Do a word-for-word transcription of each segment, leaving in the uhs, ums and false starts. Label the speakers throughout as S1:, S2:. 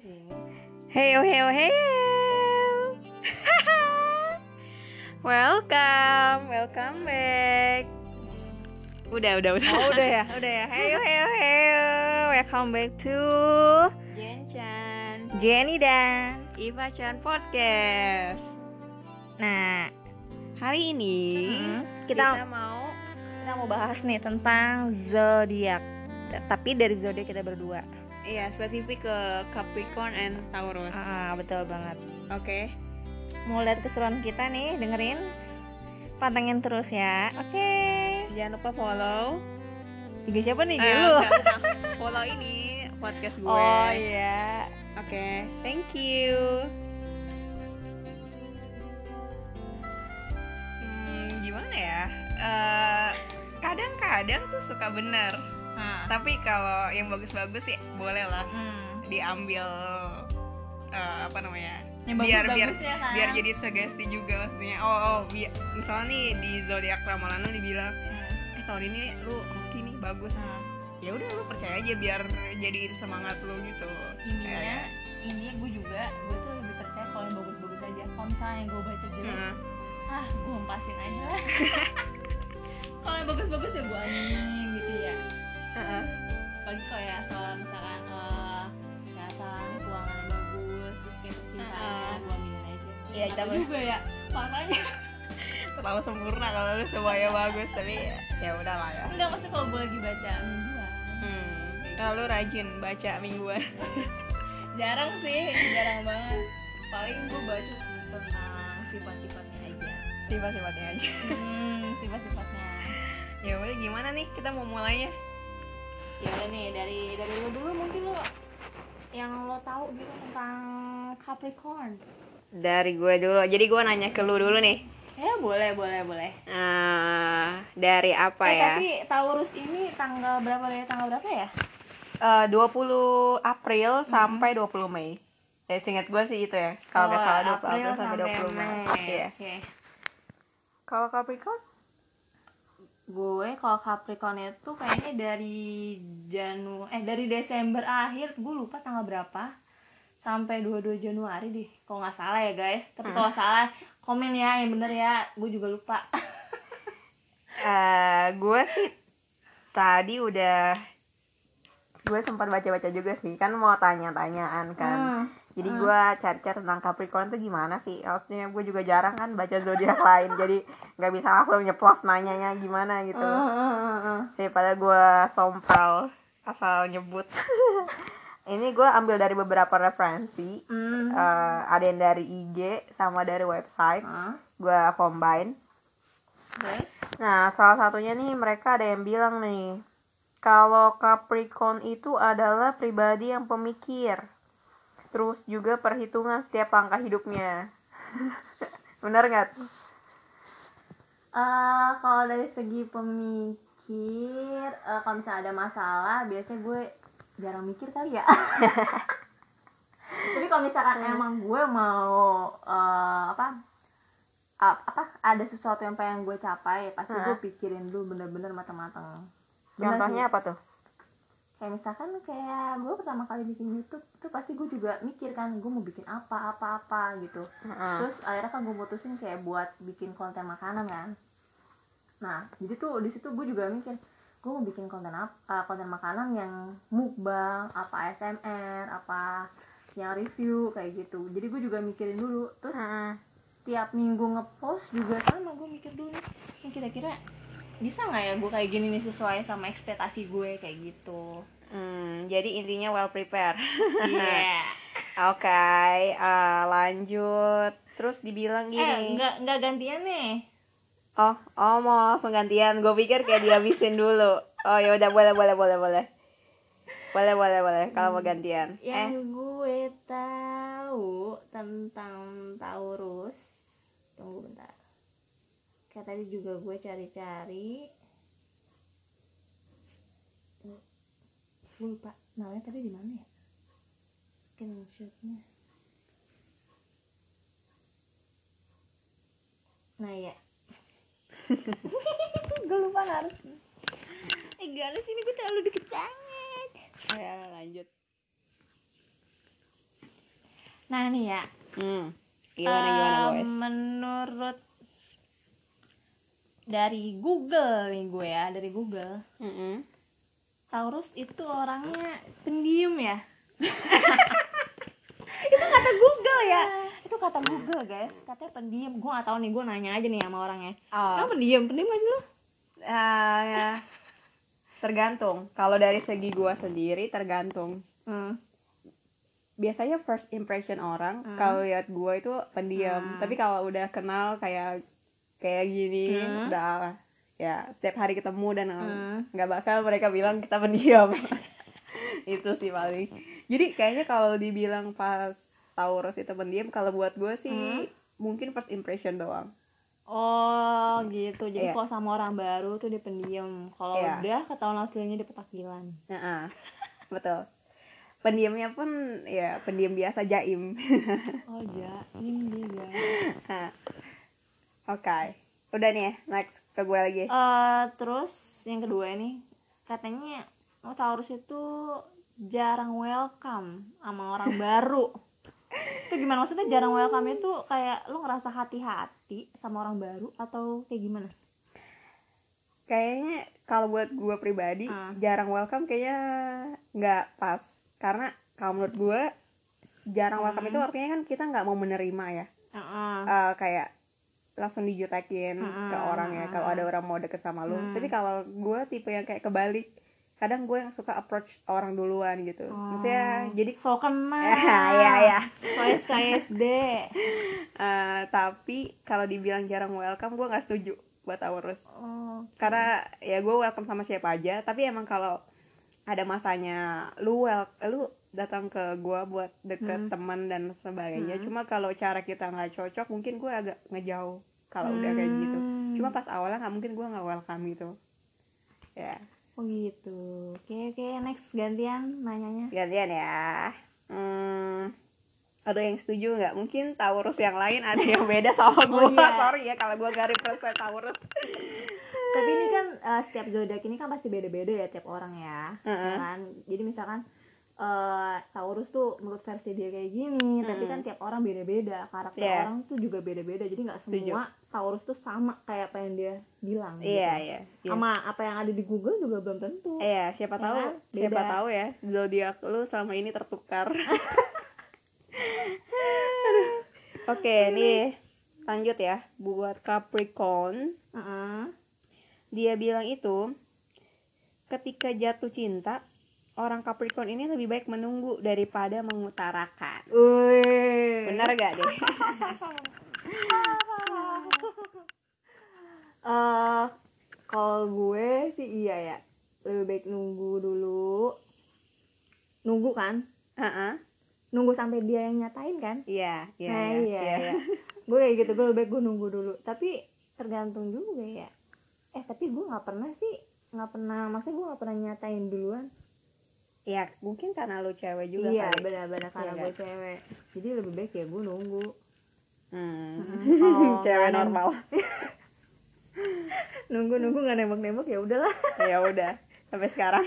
S1: sih. Heyo heyo heyo. Welcome, welcome back. Udah, udah, udah.
S2: Oh, udah ya, udah ya.
S1: Heyo heyo heyo. Welcome back to
S2: Jen Chan,
S1: Jenny dan
S2: Iva Chan Podcast.
S1: Nah, hari ini
S2: Hmm,
S1: kita,
S2: kita mau
S1: kita mau bahas nih tentang zodiak. Tapi dari zodiak kita berdua.
S2: iya spesifik ke Capricorn and Taurus.
S1: Ah, betul banget.
S2: Oke.
S1: Mau lihat keseruan kita nih, dengerin, pantengin terus ya. Oke.
S2: Jangan lupa follow.
S1: I G siapa nih? I G
S2: Eh,
S1: lu?
S2: enggak, bukan. Follow ini podcast gue.
S1: Oh iya.
S2: Oke, thank you.
S1: Hmm, gimana ya? Eh, kadang-kadang tuh suka bener.
S2: Nah,
S1: Tapi kalau yang bagus-bagus sih boleh lah
S2: hmm.
S1: diambil, eh, apa namanya?
S2: Yang
S1: biar biar
S2: bagus-bagus ya kan?
S1: biar jadi sugesti juga maksudnya. Oh, oh bi- misalnya nih di zodiak ramalan lu dibilang,
S2: Hmm.
S1: eh tahun ini lu hoki nih bagus.
S2: Hmm.
S1: Ya udah lu percaya aja biar jadi semangat lu gitu.
S2: Intinya,
S1: Kayak,
S2: intinya gue juga, gue tuh lebih percaya kalau yang bagus-bagus aja. Kalau misalnya yang gue baca jelek,
S1: hmm.
S2: ah gue empasin aja lah. Kalau yang bagus-bagus ya gue aminin gitu ya.
S1: Uh-uh.
S2: Apalagi kalau ya soal misalkan uh, kesehatan, keuangan yang bagus, terus kayak percintaan,
S1: Uh-uh.
S2: gue aminin aja.
S1: Iya,
S2: Atau
S1: tapi-
S2: juga ya makanya
S1: terlalu sempurna kalau lu semuanya bagus, tapi ya udahlah ya.
S2: enggak, maksudnya kalau gue lagi baca mingguan
S1: Hmm. Kalau lu rajin baca mingguan.
S2: jarang sih, jarang banget. Paling gue baca tentang sifat-sifatnya aja.
S1: Sifat-sifatnya aja.
S2: Hmm, sifat-sifatnya.
S1: Ya udah, gimana nih kita mau mulainya?
S2: Ya udah nih, dari dari lo dulu mungkin lo yang lo tahu gitu tentang Capricorn.
S1: Dari gue dulu. Jadi gue nanya ke lu dulu nih.
S2: Ya boleh, boleh, boleh.
S1: Eh, dari apa
S2: eh,
S1: ya?
S2: Tapi Taurus ini tanggal berapa dari tanggal berapa ya?
S1: Eh, dua puluh April sampai dua puluh Mei. Eh, seingat gue sih itu ya. Kalau nggak
S2: Oh,
S1: salah dua puluh
S2: April
S1: April sampai dua puluh Mei. Iya.
S2: Oke.
S1: Kalau Capricorn?
S2: Gue kalau Capricorn itu kayaknya dari Janu eh dari Desember akhir, gue lupa tanggal berapa, sampai dua puluh dua Januari deh. Kalau nggak salah ya guys. Tapi
S1: Hmm.
S2: kalau salah komen ya yang bener ya. Gue juga lupa.
S1: Eh, gue sih tadi udah, gue sempat baca-baca juga sih, kan mau tanya-tanyaan kan.
S2: Hmm.
S1: Jadi
S2: Hmm.
S1: gue cari-cari tentang Capricorn tuh gimana sih. Maksudnya gue juga jarang kan baca zodiak lain, jadi nggak bisa langsung nyeplos nanyanya gimana gitu.
S2: Uh, uh, uh, uh.
S1: Daripada gue sompral asal nyebut. Ini gue ambil dari beberapa referensi.
S2: Hmm.
S1: Eh, ada yang dari I G sama dari website.
S2: Hah?
S1: Gue combine.
S2: Terus?
S1: Nah, salah satunya nih mereka ada yang bilang nih, kalau Capricorn itu adalah pribadi yang pemikir, terus juga perhitungan setiap langkah hidupnya. Benar nggak?
S2: Eh, kalau dari segi pemikir, eh, kalau misalnya ada masalah, biasanya gue jarang mikir kali ya. Tapi kalau misalkan emang gue mau eh, apa ap- apa ada sesuatu yang pengen gue capai, pasti gue
S1: Hah?
S2: pikirin dulu bener-bener matang-matang. Bener
S1: Contohnya
S2: sih.
S1: apa tuh?
S2: Kayak misalkan kayak gue pertama kali bikin YouTube tuh pasti gue juga mikir kan, gue mau bikin apa apa apa gitu.
S1: Heeh.
S2: Terus akhirnya kan gue putusin kayak buat bikin konten makanan kan. Nah jadi tuh di situ gue juga mikir, gue mau bikin konten apa, konten makanan yang mukbang, apa A S M R, apa yang review kayak gitu. Jadi gue juga mikirin dulu. Terus
S1: Heeh.
S2: tiap minggu ngepost juga sama, gue mikir dulu nih, ini kira-kira bisa nggak ya gue kayak gini nih sesuai sama ekspektasi gue kayak gitu.
S1: Hmm, jadi intinya well prepared.
S2: Iya.
S1: Oke, eh, lanjut. Terus dibilang
S2: Eh
S1: gini.
S2: nggak nggak gantian nih.
S1: Oh, oh mau langsung gantian. Gue pikir kayak dihabisin dulu. Oh ya udah, boleh boleh boleh boleh. Boleh boleh boleh kalau mau gantian. Eh,
S2: Yang gue tahu tentang Taurus, tunggu bentar. Kayak tadi juga gue cari-cari. Gue lupa namanya tadi di mana ya? Screenshotnya. Nah ya. Gue lupa harus. Eh gimana sih, ini gue terlalu deket banget.
S1: ya lanjut.
S2: Nah nih ya,
S1: Hmm. Gimana gimana
S2: eh,
S1: boys?
S2: menurut dari Google nih gue ya, dari Google,
S1: Mm-mm.
S2: Taurus itu orangnya pendiam ya. Itu kata Google ya, itu kata Google guys, katanya pendiam. Gue nggak tahu nih, gue nanya aja nih sama orangnya.
S1: Oh.
S2: Emang pendiam, pendiam gak sih lo?
S1: Ah, ya. Tergantung. Kalau dari segi gua sendiri tergantung.
S2: Hmm.
S1: Biasanya first impression orang
S2: Hmm.
S1: kalau lihat gua itu pendiam.
S2: Hmm.
S1: Tapi kalau udah kenal kayak kayak gini,
S2: Hmm.
S1: udah ya setiap hari ketemu dan
S2: Hmm.
S1: nggak bakal mereka bilang kita pendiam. Itu sih paling. Jadi kayaknya kalau dibilang pas Taurus itu pendiam, kalau buat gua sih
S2: Hmm.
S1: mungkin first impression doang.
S2: Oh gitu, jadi
S1: Iya.
S2: kalau sama orang baru tuh dia pendiam, kalau
S1: Iya.
S2: udah ketahuan aslinya dia petakilan.
S1: Heeh. Betul. Pendiamnya pun ya pendiam biasa, jaim.
S2: Oh jaim dia guys.
S1: Nah, oke, udah nih ya, next ke gue lagi.
S2: Eh terus yang kedua ini katanya oh, Taurus itu jarang welcome sama orang baru. Itu gimana maksudnya jarang welcome itu kayak lu ngerasa hati-hati sama orang baru atau kayak gimana?
S1: Kayaknya kalau buat gue pribadi
S2: Uh.
S1: jarang welcome kayaknya nggak pas, karena kalau menurut gue jarang welcome
S2: Hmm.
S1: itu artinya kan kita nggak mau menerima ya.
S2: Uh-uh.
S1: Uh, kayak langsung dijutekin
S2: Hmm.
S1: ke orang ya kalau ada orang mau deket sama lu.
S2: Hmm.
S1: Tapi kalau gue tipe yang kayak kebalik, kadang gue yang suka approach orang duluan gitu.
S2: Oh.
S1: Maksudnya jadi
S2: so kenal.
S1: ya ya.
S2: So S K S D.
S1: Uh, tapi kalau dibilang jarang welcome gue nggak setuju buat Taurus.
S2: Oh, okay.
S1: Karena ya gue welcome sama siapa aja, tapi emang kalau ada masanya lu well, lu datang ke gue buat deket
S2: Hmm.
S1: teman dan sebagainya.
S2: Hmm.
S1: Cuma kalau cara kita nggak cocok, mungkin gue agak ngejauh kalau
S2: Hmm.
S1: udah kayak gitu. Cuma pas awalnya nggak mungkin gue nggak welcome gitu. Ya.
S2: Oh gitu. Oke oke, next gantian nanyanya.
S1: Gantian ya. Hmm, ada yang setuju nggak? Mungkin Taurus yang lain ada yang beda sama gue.
S2: Oh, iya.
S1: Sorry ya kalau gue gak represent Taurus.
S2: Tapi ini kan uh, setiap zodiak ini kan pasti beda-beda ya tiap orang ya,
S1: Uh-uh.
S2: ya kan? Jadi misalkan uh, Taurus tuh menurut versi dia kayak gini, uh-uh. tapi kan tiap orang beda-beda, karakter
S1: Yeah.
S2: orang tuh juga beda-beda. Jadi nggak semua
S1: Setuju.
S2: Taurus tuh sama kayak apa yang dia bilang.
S1: Iya yeah,
S2: gitu.
S1: iya. Yeah,
S2: sama apa yang ada di Google juga belum tentu.
S1: Iya, yeah, siapa
S2: ya
S1: tahu,
S2: kan?
S1: siapa tahu ya zodiak lu selama ini tertukar. Oke, okay, nih lanjut ya buat Capricorn.
S2: Uh-uh.
S1: Dia bilang itu ketika jatuh cinta, orang Capricorn ini lebih baik menunggu daripada mengutarakan.
S2: Wih.
S1: Benar gak deh?
S2: uh, kalau gue sih iya ya, lebih baik nunggu dulu. Nunggu kan?
S1: Uh-uh.
S2: Nunggu sampai dia yang nyatain kan?
S1: Iya, iya,
S2: nah,
S1: iya,
S2: iya.
S1: iya, iya.
S2: Gue kayak gitu, gue lebih baik gue nunggu dulu. Tapi tergantung juga ya. Eh tapi gue nggak pernah sih, nggak pernah, maksudnya gue nggak pernah nyatain duluan.
S1: Ya mungkin karena lu cewek juga
S2: iya,
S1: kali.
S2: benar-benar karena
S1: Iya,
S2: gue
S1: kan?
S2: cewek. Jadi lebih baik ya gue nunggu.
S1: Hmm.
S2: Oh,
S1: Cewek
S2: nggak
S1: normal.
S2: Nunggu-nunggu nggak nembak-nembak ya udahlah.
S1: Ya udah, sampai sekarang.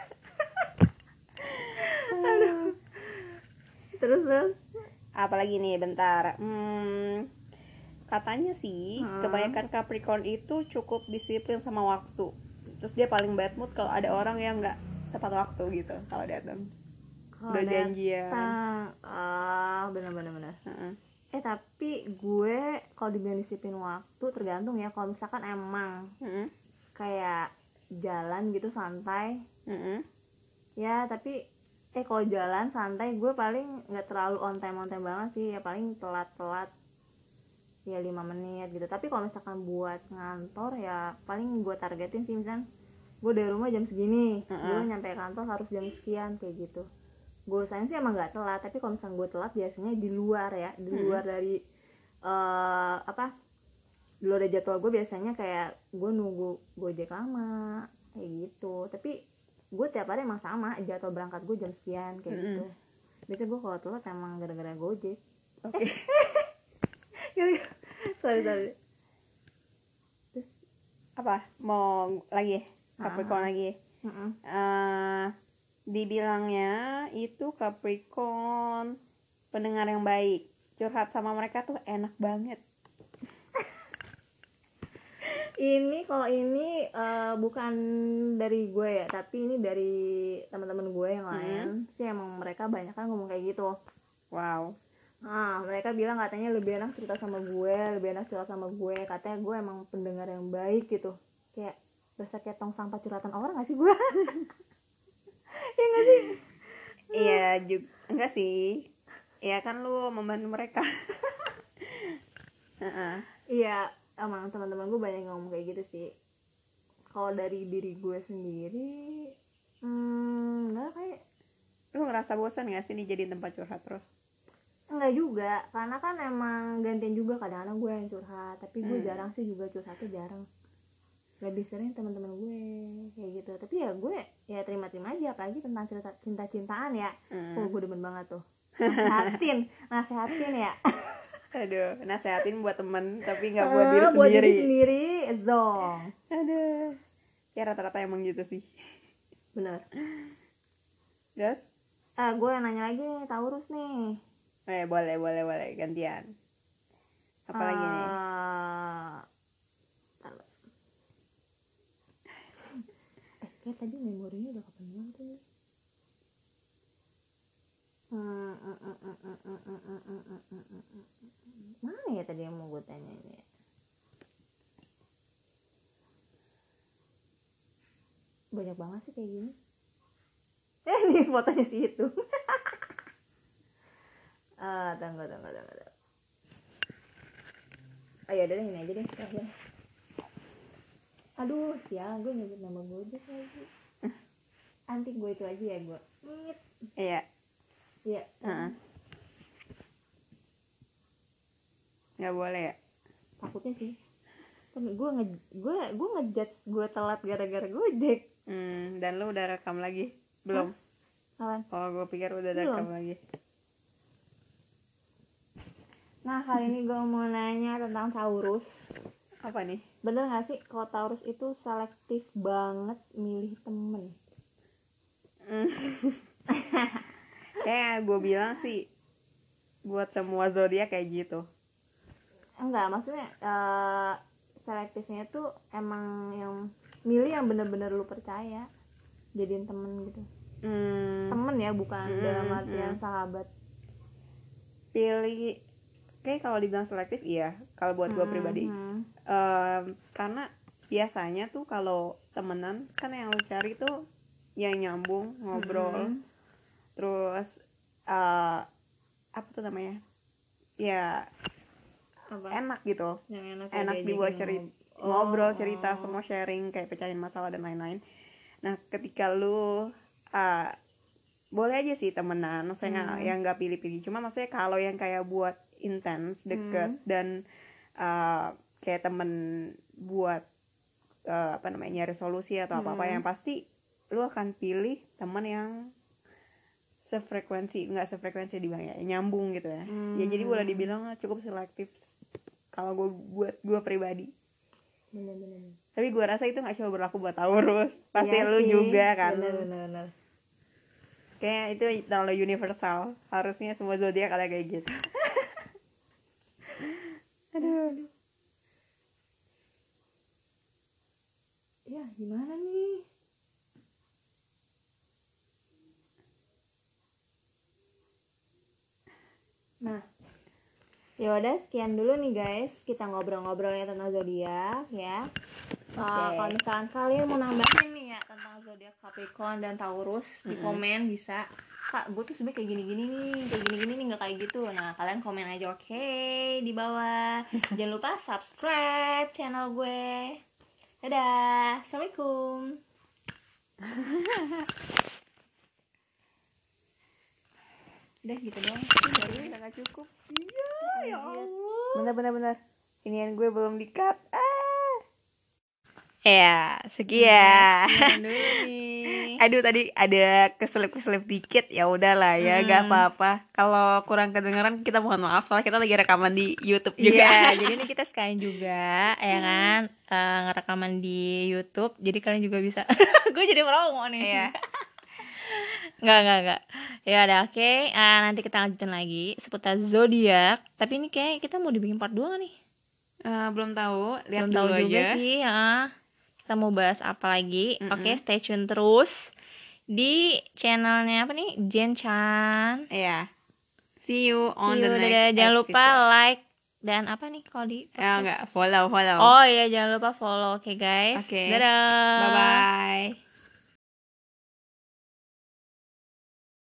S2: Aduh. Terus terus.
S1: Apalagi nih, bentar. Hmm. Katanya sih,
S2: Hmm.
S1: kebanyakan Capricorn itu cukup disiplin sama waktu. Terus dia paling bad mood kalau ada orang yang nggak tepat waktu gitu kalau datang. Udah janjian.
S2: Ah, benar-benar benar.
S1: Uh-uh.
S2: Eh tapi gue kalau dibilang disiplin waktu tergantung ya. Kalau misalkan emang
S1: Uh-uh.
S2: kayak jalan gitu santai,
S1: Uh-uh.
S2: ya tapi eh kalau jalan santai gue paling nggak terlalu on time on time banget sih, ya paling telat-telat ya lima menit gitu. Tapi kalau misalkan buat ngantor ya paling gue targetin sih, misalkan gue dari rumah jam segini,
S1: uh-uh.
S2: gue nyampe kantor harus jam sekian kayak gitu. Gue sayang sih emang nggak telat, tapi kalau misalkan gue telat biasanya di luar ya, di luar uh-uh. dari uh, apa di luar dari jadwal gue, biasanya kayak gue nunggu Gojek lama kayak gitu. Tapi gue tiap hari emang sama, jadwal berangkat gue jam sekian kayak mm-hmm. gitu. Biasanya gue kalau telat emang gara-gara Gojek. Oke. Okay. sorry sorry.
S1: Terus apa? Mau lagi? Capricorn uh-huh. lagi? Uh-uh. Uh, dibilangnya itu Capricorn pendengar yang baik. Curhat sama mereka tuh enak banget.
S2: Ini kalau ini uh, bukan dari gue ya, tapi ini dari teman-teman gue yang lain. Hmm. Sih emang mereka banyak kan ngomong kayak gitu.
S1: Wow.
S2: Nah, mereka bilang katanya lebih enak cerita sama gue, lebih enak cerita sama gue. Katanya gue emang pendengar yang baik gitu. Kayak berasa kayak tong sampah curhatan orang gak sih gue? Iya gak sih?
S1: Iya juga, enggak sih. Iya kan lu membantu mereka. uh-uh.
S2: Iya, emang teman-teman gue banyak ngomong kayak gitu sih. Kalau dari diri gue sendiri, hmm, enggak kayak.
S1: Lu ngerasa bosan gak sih dijadiin tempat curhat terus?
S2: Enggak juga, karena kan emang gantian juga, kadang-kadang gue yang curhat, tapi gue hmm. jarang sih juga curhatnya jarang. Lebih sering teman-teman gue kayak gitu. Tapi ya gue ya terima-terima aja, apalagi tentang cerita cinta-cintaan ya. Hmm. Oh, gue demen banget tuh. Nasehatin, nasehatin ya.
S1: Aduh, nasehatin buat temen tapi nggak buat diri
S2: uh,
S1: sendiri.
S2: Buat diri sendiri, zong.
S1: Aduh, ya rata-rata emang gitu sih.
S2: Bener.
S1: Terus?
S2: Ah, gue nanya lagi nih, Taurus nih.
S1: Eh, boleh, boleh, boleh, gantian. Apa uh, lagi nih?
S2: eh, kayak tadi memorinya udah kapan banget tuh. Mana ya tadi yang mau gue tanya ini ya? Banyak banget sih kayak gini. Eh, ini fotonya si itu. Ah, tunggu, tunggu, tunggu, tunggu. Ayo, udah ini aja deh, terakhir. Aduh, sial, gue nyebut nama gue aja lagi. Anti gue itu aja ya, gue. Ngit.
S1: Iya.
S2: Iya.
S1: Uh-uh. Nggak boleh ya?
S2: Takutnya sih. Gue nge gue gue ngejudge gue telat gara-gara Gojek.
S1: Hmm, dan lu udah rekam lagi? Belum?
S2: Kapan?
S1: Oh, gue pikir udah rekam lagi.
S2: Nah, kali ini gue mau nanya tentang Taurus.
S1: Apa nih?
S2: Bener gak sih kalau Taurus itu selektif banget milih temen?
S1: Kayak gue bilang sih, buat semua zodiak kayak gitu.
S2: Enggak, maksudnya uh, selektifnya tuh emang yang milih yang bener-bener lu percaya jadiin temen gitu. Hmm. Temen ya, bukan hmm, dalam artian hmm. sahabat.
S1: Pilih, kayak kalau dibilang selektif iya, kalau buat gue hmm, pribadi hmm. Um, karena biasanya tuh kalau temenan kan yang lu cari tuh yang nyambung, ngobrol, hmm. terus uh, apa tuh namanya ya apa? Enak gitu, yang enak, enak dibuat cerita, oh, ngobrol, cerita, oh. semua sharing, kayak pecahin masalah dan lain-lain. Nah, ketika lu uh, boleh aja sih temenan, maksudnya hmm. yang nggak pilih-pilih, cuma maksudnya kalau yang kayak buat intens, deket, hmm. dan uh, kayak temen buat uh, apa namanya nyari solusi atau hmm. apa-apa, yang pasti lu akan pilih temen yang sefrekuensi, nggak sefrekuensi dibilang ya, nyambung gitu ya. Hmm. Ya jadi boleh dibilang cukup selektif kalau gue buat gue pribadi.
S2: Bener-bener.
S1: Tapi gue rasa itu nggak cuma berlaku buat Taurus, pasti ya lu sih. Juga kan.
S2: Bener-bener.
S1: Kayak itu terlalu universal, harusnya semua zodiak ada kayak gitu. Aduh.
S2: Ya gimana nih? Nah, ya udah sekian dulu nih guys, kita ngobrol-ngobrolnya tentang zodiak ya. Okay. Uh, kalau misalkan kalian mau nambahin nih ya tentang zodiak Capricorn dan Taurus, mm-hmm. di komen bisa. Kak, gue tuh sebenarnya kayak gini-gini nih, kayak gini-gini nih, nggak kayak gitu. Nah, kalian komen aja oke okay, di bawah. Jangan lupa subscribe channel gue. Dadah, assalamualaikum. Udah gitu doang sih, baru udah gak cukup.
S1: Iya, ya Allah. Bener-bener bener. Inian gue belum di-cut. Ah. Ya, sekian.
S2: Sekian dulu nih.
S1: Aduh, tadi ada keselip-keselip dikit, ya udahlah ya, hmm. gak apa-apa. Kalau kurang kedengeran kita mohon maaf, soalnya kita lagi rekaman di YouTube juga.
S2: Iya, jadi ini kita sekalian juga, ya kan, uh, ngerekaman di YouTube. Jadi kalian juga bisa. Gue jadi promo nih.
S1: Iya.
S2: Enggak, enggak, enggak. Ya udah, oke. Ah, nanti kita lanjutin lagi seputar zodiak. Tapi ini kayak kita mau dibikin part dua nih.
S1: Eh, belum tahu, lihat
S2: Belum
S1: dulu
S2: tahu juga
S1: aja.
S2: sih, ya. Kita mau bahas apa lagi?
S1: Mm-mm.
S2: Oke, stay tune terus di channelnya apa nih? Jen Chan.
S1: Iya. See you on
S2: See
S1: the
S2: you,
S1: next
S2: dadah. Jangan lupa
S1: episode.
S2: like dan apa nih kalau di
S1: Ya
S2: podcast?
S1: enggak, follow, follow.
S2: Oh iya, jangan lupa follow. Oke, guys.
S1: Oke.
S2: Dadah.
S1: Bye-bye.